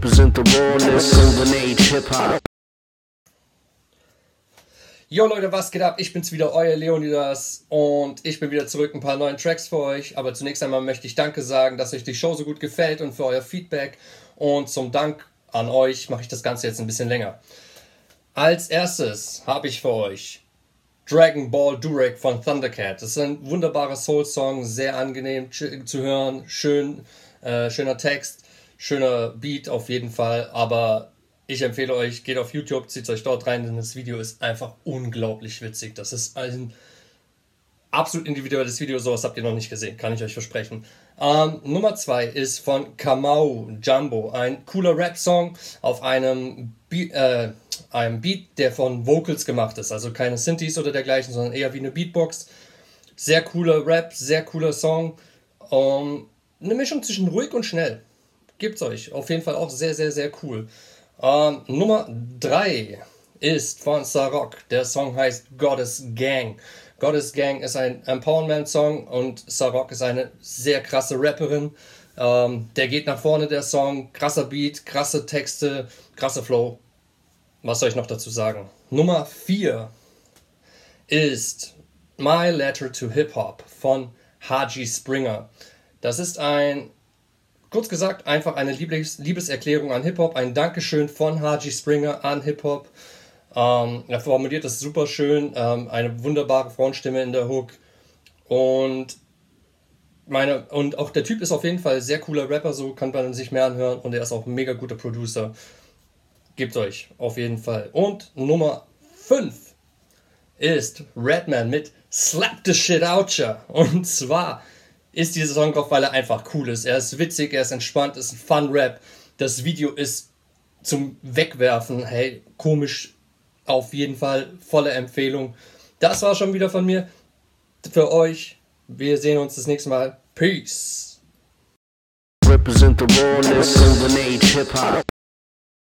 Represent the rawness, golden age hip-hop. Jo Leute, was geht ab? Ich bin's wieder, euer Leonidas, und ich bin wieder zurück, ein paar neuen Tracks für euch. Aber zunächst einmal möchte ich Danke sagen, dass euch die Show so gut gefällt und für euer Feedback. Und zum Dank an euch mache ich das Ganze jetzt ein bisschen länger. Als erstes habe ich für euch Dragon Ball Durek von Thundercat. Das ist ein wunderbarer Soul-Song, sehr angenehm zu hören, schöner Text, schöner Beat auf jeden Fall, aber ich empfehle euch, geht auf YouTube, zieht euch dort rein, denn das Video ist einfach unglaublich witzig. Das ist ein absolut individuelles Video, sowas habt ihr noch nicht gesehen, kann ich euch versprechen. Nummer 2 ist von Kamau Jumbo, ein cooler Rap-Song auf einem Beat, der von Vocals gemacht ist, also keine Synthes oder dergleichen, sondern eher wie eine Beatbox. Sehr cooler Rap, sehr cooler Song, eine Mischung zwischen ruhig und schnell. Gebt's euch, auf jeden Fall auch sehr, sehr, sehr cool. Nummer 3 ist von Sarok. Der Song heißt Goddess Gang. Goddess Gang ist ein Empowerment-Song und Sarok ist eine sehr krasse Rapperin. Der geht nach vorne, der Song. Krasser Beat, krasse Texte, krasser Flow. Was soll ich noch dazu sagen? Nummer 4 ist My Letter to Hip Hop von Haji Springer. Das ist kurz gesagt, einfach eine Liebeserklärung an Hip-Hop, ein Dankeschön von Haji Springer an Hip-Hop. Er formuliert das super schön, eine wunderbare Frauenstimme in der Hook. Und auch der Typ ist auf jeden Fall ein sehr cooler Rapper, so kann man sich mehr anhören, und er ist auch ein mega guter Producer. Gebt euch, auf jeden Fall. Und Nummer 5 ist Redman mit Slap the Shit Oucha. Und zwar ist dieser Song drauf, weil er einfach cool ist. Er ist witzig, er ist entspannt, ist ein Fun-Rap. Das Video ist zum Wegwerfen. Hey, komisch, auf jeden Fall, volle Empfehlung. Das war schon wieder von mir für euch. Wir sehen uns das nächste Mal. Peace. Represent the rawness, golden age hip-hop.